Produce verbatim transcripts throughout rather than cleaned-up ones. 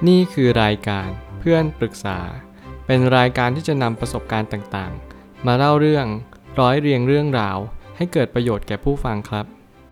นี่คือรายการเพื่อนปรึกษาเป็นรายการที่จะนำประสบการณ์ต่างๆมาเล่าเรื่องร้อยเรียงเรื่องราวให้เกิดประโยชน์แก่ผู้ฟังครับ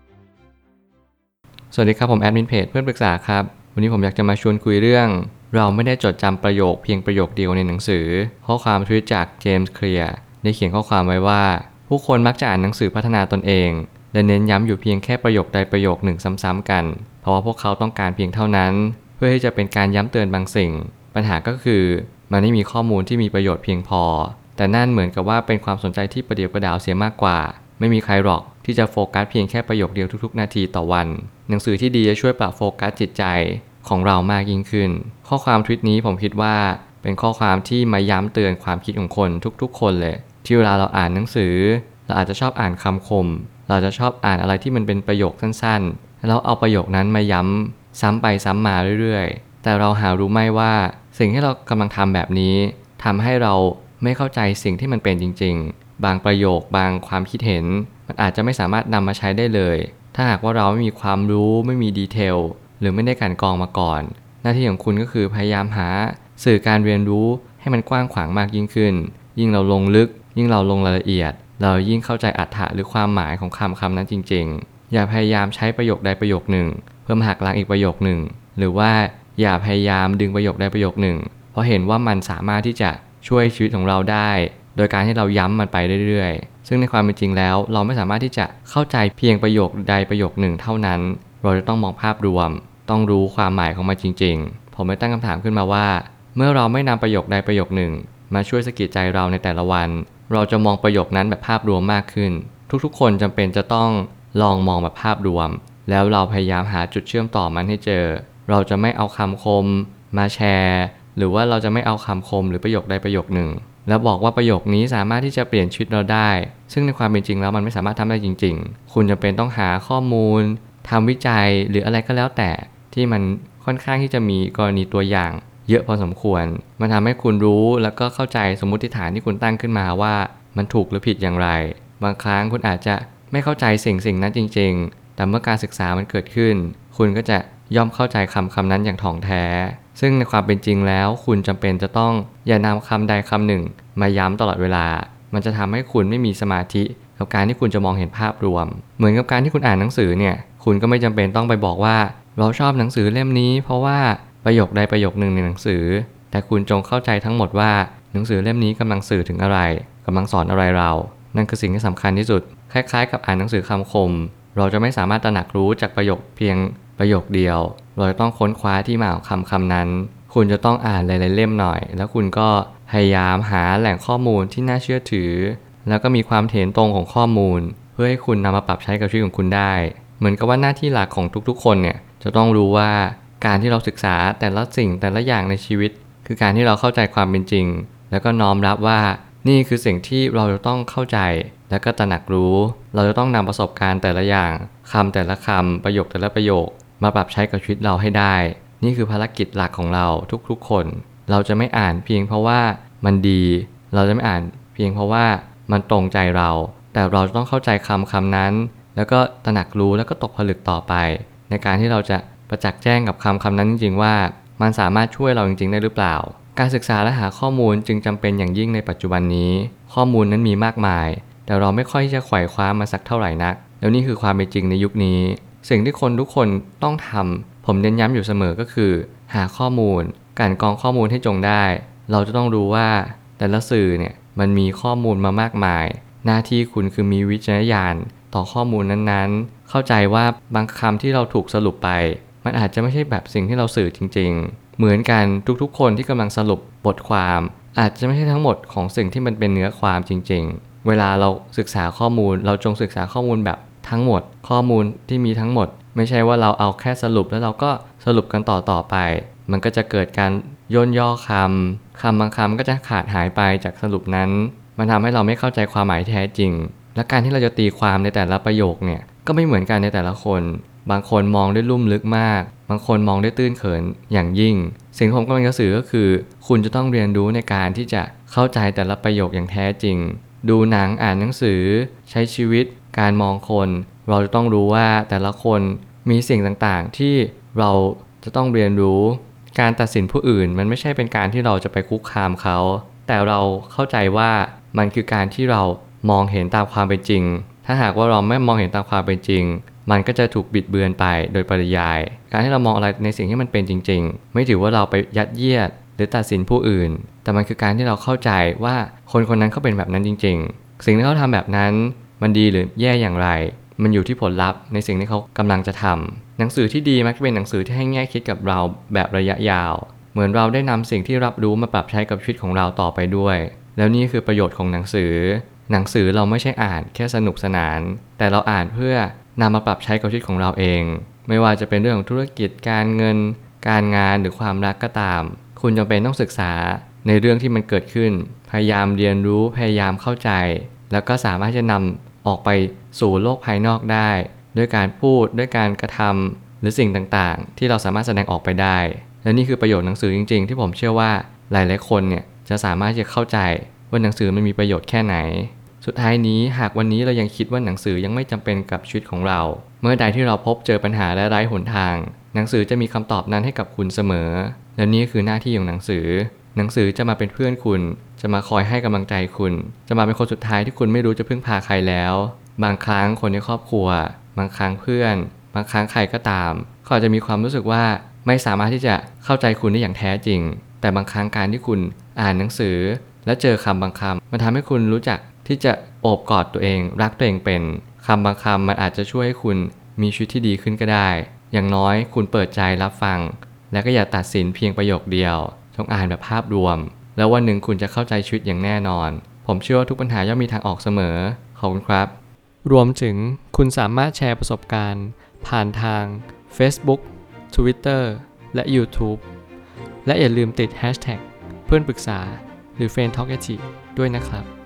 สวัสดีครับผมแอดมินเพจเพื่อนปรึกษาครับวันนี้ผมอยากจะมาชวนคุยเรื่องเราไม่ได้จดจำประโยคเพียงประโยคเดียวในหนังสือข้อความทวิตจากเจมส์เคลียร์ได้เขียนข้อความไว้ว่าผู้คนมักจะอ่านหนังสือพัฒนาตนเองและเน้นย้ำอยู่เพียงแค่ประโยคใดประโยคหนึ่งซ้ำๆกันเพราะว่าพวกเขาต้องการเพียงเท่านั้นเพื่อที่จะเป็นการย้ำเตือนบางสิ่งปัญหาก็คือมันไม่มีข้อมูลที่มีประโยชน์เพียงพอแต่นั่นเหมือนกับว่าเป็นความสนใจที่ประเดียวประดาวเสียมากกว่าไม่มีใครหรอกที่จะโฟกัสเพียงแค่ประโยคเดียวทุกๆนาทีต่อวันหนังสือที่ดีจะช่วยปรับโฟกัสจิตใจของเรามากยิ่งขึ้นข้อความทวิตนี้ผมคิดว่าเป็นข้อความที่มาย้ำเตือนความคิดของคนทุกๆคนเลยที่เวลาเราอ่านหนังสือเราอาจจะชอบอ่านคำคมเราจะชอบอ่านอะไรที่มันเป็นประโยคสั้นๆแล้วเอาประโยคนั้นมาย้ำซ้ำไปซ้ำมาเรื่อยๆแต่เราหารู้ไหมว่าสิ่งที่เรากำลังทำแบบนี้ทำให้เราไม่เข้าใจสิ่งที่มันเป็นจริงๆบางประโยคบางความคิดเห็นมันอาจจะไม่สามารถนำมาใช้ได้เลยถ้าหากว่าเราไม่มีความรู้ไม่มีดีเทลหรือไม่ได้กลั่นกรองมาก่อนหน้าที่ของคุณก็คือพยายามหาสื่อการเรียนรู้ให้มันกว้างขวางมากยิ่งขึ้นยิ่งเราลงลึกยิ่งเราลงรายละเอียดเรายิ่งเข้าใจอรรถะหรือความหมายของคำคำนั้นจริงๆอย่าพยายามใช้ประโยคใดประโยคหนึ่งเพื่อหักล้างอีกประโยคหนึ่งหรือว่าอย่าพยายามดึงประโยคใดประโยคหนึ่งเพราะเห็นว่ามันสามารถที่จะช่วยชีวิตของเราได้โดยการที่เราย้ำมันไปเรื่อยๆซึ่งในความเป็นจริงแล้วเราไม่สามารถที่จะเข้าใจเพียงประโยคใดประโยคหนึ่งเท่านั้นเราจะต้องมองภาพรวมต้องรู้ความหมายของมันจริงๆผมได้ตั้งคำถามขึ้นมาว่าเมื่อเราไม่นำประโยคใดประโยคหนึ่งมาช่วยสะกิดใจเราในแต่ละวันเราจะมองประโยคนั้นแบบภาพรวมมากขึ้นทุกๆคนจำเป็นจะต้องลองมองแบบภาพรวมแล้วเราพยายามหาจุดเชื่อมต่อมันให้เจอเราจะไม่เอาคำคมมาแชร์หรือว่าเราจะไม่เอาคำคมหรือประโยคใดประโยคหนึ่งแล้วบอกว่าประโยคนี้สามารถที่จะเปลี่ยนชีวิตเราได้ซึ่งในความเป็นจริงแล้วมันไม่สามารถทำได้จริงๆคุณจำเป็นต้องหาข้อมูลทำวิจัยหรืออะไรก็แล้วแต่ที่มันค่อนข้างที่จะมีกรณีตัวอย่างเยอะพอสมควรมันทำให้คุณรู้แล้วก็เข้าใจสมมุติฐานที่คุณตั้งขึ้นมาว่ามันถูกหรือผิดอย่างไรบางครั้งคุณอาจจะไม่เข้าใจสิ่งสิ่งนั้นจริงๆแต่เมื่อการศึกษามันเกิดขึ้นคุณก็จะย่อมเข้าใจคำคำนั้นอย่างถ่องแท้ซึ่งในความเป็นจริงแล้วคุณจำเป็นจะต้องอย่านำคำใดคำหนึ่งมาย้ำตลอดเวลามันจะทำให้คุณไม่มีสมาธิกับการที่คุณจะมองเห็นภาพรวมเหมือนกับการที่คุณอ่านหนังสือเนี่ยคุณก็ไม่จำเป็นต้องไปบอกว่าเราชอบหนังสือเล่มนี้เพราะว่าประโยคใดประโยคหนึ่งในหนังสือแต่คุณจงเข้าใจทั้งหมดว่าหนังสือเล่มนี้กำลังสื่อถึงอะไรกำลังสอนอะไรเรานั่นคือสิ่งที่สำคัญที่สุดคล้ายๆกับอ่านหนังสือคำคมเราจะไม่สามารถตระหนักรู้จากประโยคเพียงประโยคเดียวเราจะต้องค้นคว้าที่มาของคำคำนั้นคุณจะต้องอ่านหลายๆเล่มหน่อยแล้วคุณก็พยายามหาแหล่งข้อมูลที่น่าเชื่อถือแล้วก็มีความเห็นตรงของข้อมูลเพื่อให้คุณนำมาปรับใช้กับชีวิตของคุณได้เหมือนกับว่าหน้าที่หลักของทุกๆคนเนี่ยจะต้องรู้ว่าการที่เราศึกษาแต่ละสิ่งแต่ละอย่างในชีวิตคือการที่เราเข้าใจความเป็นจริงแล้วก็น้อมรับว่านี่คือสิ่งที่เราจะต้องเข้าใจและก็ตระหนักรู้เราจะต้องนำประสบการณ์แต่ละอย่างคำแต่ละคำประโยคแต่ละประโยคมาปรับใช้กับชีวิตเราให้ได้นี่คือภารกิจหลักของเราทุกๆคนเราจะไม่อ่านเพียงเพราะว่ามันดีเราจะไม่อ่านเพียงเพราะว่ามันตรงใจเราแต่เราจะต้องเข้าใจคำคำนั้นแล้วก็ตระหนักรู้แล้วก็ตกผลึกต่อไปในการที่เราจะประจักษ์แจ้งกับคำคำนั้นจริงๆว่ามันสามารถช่วยเราจริงๆได้หรือเปล่าการศึกษาและหาข้อมูลจึงจำเป็นอย่างยิ่งในปัจจุบันนี้ข้อมูลนั้นมีมากมายแต่เราไม่ค่อยจะไขว่คว้ามาสักเท่าไหร่นักแล้วนี่คือความเป็นจริงในยุคนี้สิ่งที่คนทุกคนต้องทำผมเน้นย้ำอยู่เสมอก็คือหาข้อมูลกลั่นกรองข้อมูลให้จงได้เราจะต้องรู้ว่าแต่ละสื่อเนี่ยมันมีข้อมูลมามากมายหน้าที่คุณคือมีวิจารณญาณต่อข้อมูลนั้นๆเข้าใจว่าบางคำที่เราถูกสรุปไปมันอาจจะไม่ใช่แบบสิ่งที่เราสื่อจริงๆเหมือนกันทุกๆคนที่กำลังสรุปบทความอาจจะไม่ใช่ทั้งหมดของสิ่งที่มันเป็นเนื้อความจริงๆเวลาเราศึกษาข้อมูลเราจงศึกษาข้อมูลแบบทั้งหมดข้อมูลที่มีทั้งหมดไม่ใช่ว่าเราเอาแค่สรุปแล้วเราก็สรุปกันต่อต่อไปมันก็จะเกิดการย่นย่อคำคำบางคำก็จะขาดหายไปจากสรุปนั้นมันทำให้เราไม่เข้าใจความหมายแท้จริงและการที่เราจะตีความในแต่ละประโยคเนี่ยก็ไม่เหมือนกันในแต่ละคนบางคนมองได้ลุ่มลึกมากบางคนมองได้ตื้นเขินอย่างยิ่งสิ่งที่ผมกำลังจะสื่อก็คือคุณจะต้องเรียนรู้ในการที่จะเข้าใจแต่ละประโยคอย่างแท้จริงดูหนังอ่านหนังสือใช้ชีวิตการมองคนเราจะต้องรู้ว่าแต่ละคนมีสิ่งต่างๆที่เราจะต้องเรียนรู้การตัดสินผู้อื่นมันไม่ใช่เป็นการที่เราจะไปคุกคามเขาแต่เราเข้าใจว่ามันคือการที่เรามองเห็นตามความเป็นจริงถ้าหากว่าเราไม่มองเห็นตามความเป็นจริงมันก็จะถูกบิดเบือนไปโดยปริยายการที่เรามองอะไรในสิ่งที่มันเป็นจริงๆไม่ถือว่าเราไปยัดเยียดหรือตัดสินผู้อื่นแต่มันคือการที่เราเข้าใจว่าคนคนนั้นเขาเป็นแบบนั้นจริงๆสิ่งที่เขาทำแบบนั้นมันดีหรือแย่อย่างไรมันอยู่ที่ผลลัพธ์ในสิ่งที่เขากำลังจะทำหนังสือที่ดีมักจะเป็นหนังสือที่ให้แง่คิดกับเราแบบระยะยาวเหมือนเราได้นำสิ่งที่รับรู้มาปรับใช้กับชีวิตของเราต่อไปด้วยแล้วนี่คือประโยชน์ของหนังสือหนังสือเราไม่ใช่อ่านแค่สนุกสนานแต่เราอ่านเพื่อนำมาปรับใช้กับชีวิตของเราเองไม่ว่าจะเป็นเรื่องของธุรกิจการเงินการงานหรือความรักก็ตามคุณจำเป็นต้องศึกษาในเรื่องที่มันเกิดขึ้นพยายามเรียนรู้พยายามเข้าใจแล้วก็สามารถจะนำออกไปสู่โลกภายนอกได้ด้วยการพูดด้วยการกระทำหรือสิ่งต่างๆที่เราสามารถแสดงออกไปได้และนี่คือประโยชน์หนังสือจริงๆที่ผมเชื่อว่าหลายๆคนเนี่ยจะสามารถจะเข้าใจว่าหนังสือมันมีประโยชน์แค่ไหนสุดท้ายนี้หากวันนี้เรายังคิดว่าหนังสือยังไม่จำเป็นกับชีวิตของเราเมื่อใดที่เราพบเจอปัญหาและไร้หนทางหนังสือจะมีคำตอบนั้นให้กับคุณเสมอและนี่คือหน้าที่ของหนังสือหนังสือจะมาเป็นเพื่อนคุณจะมาคอยให้กำลังใจคุณจะมาเป็นคนสุดท้ายที่คุณไม่รู้จะพึ่งพาใครแล้วบางครั้งคนในครอบครัวบางครั้งเพื่อนบางครั้งใครก็ตามเขาอาจจะมีความรู้สึกว่าไม่สามารถที่จะเข้าใจคุณได้อย่างแท้จริงแต่บางครั้งการที่คุณอ่านหนังสือและเจอคำบางคำมันทำให้คุณรู้จักที่จะโอบกอดตัวเองรักตัวเองเป็นคำบางคำมันอาจจะช่วยให้คุณมีชีวิตที่ดีขึ้นก็ได้อย่างน้อยคุณเปิดใจรับฟังและก็อย่าตัดสินเพียงประโยคเดียวต้องอ่านแบบภาพรวมแล้ววันหนึ่งคุณจะเข้าใจชีวิตอย่างแน่นอนผมเชื่อว่าทุกปัญหาย่อมมีทางออกเสมอขอบคุณครับรวมถึงคุณสามารถแชร์ประสบการณ์ผ่านทาง Facebook Twitter และ YouTube และอย่าลืมติด แฮชแท็ก เพื่อนปรึกษาหรือ เฟรนด์ ทอล์ก ด้วยนะครับ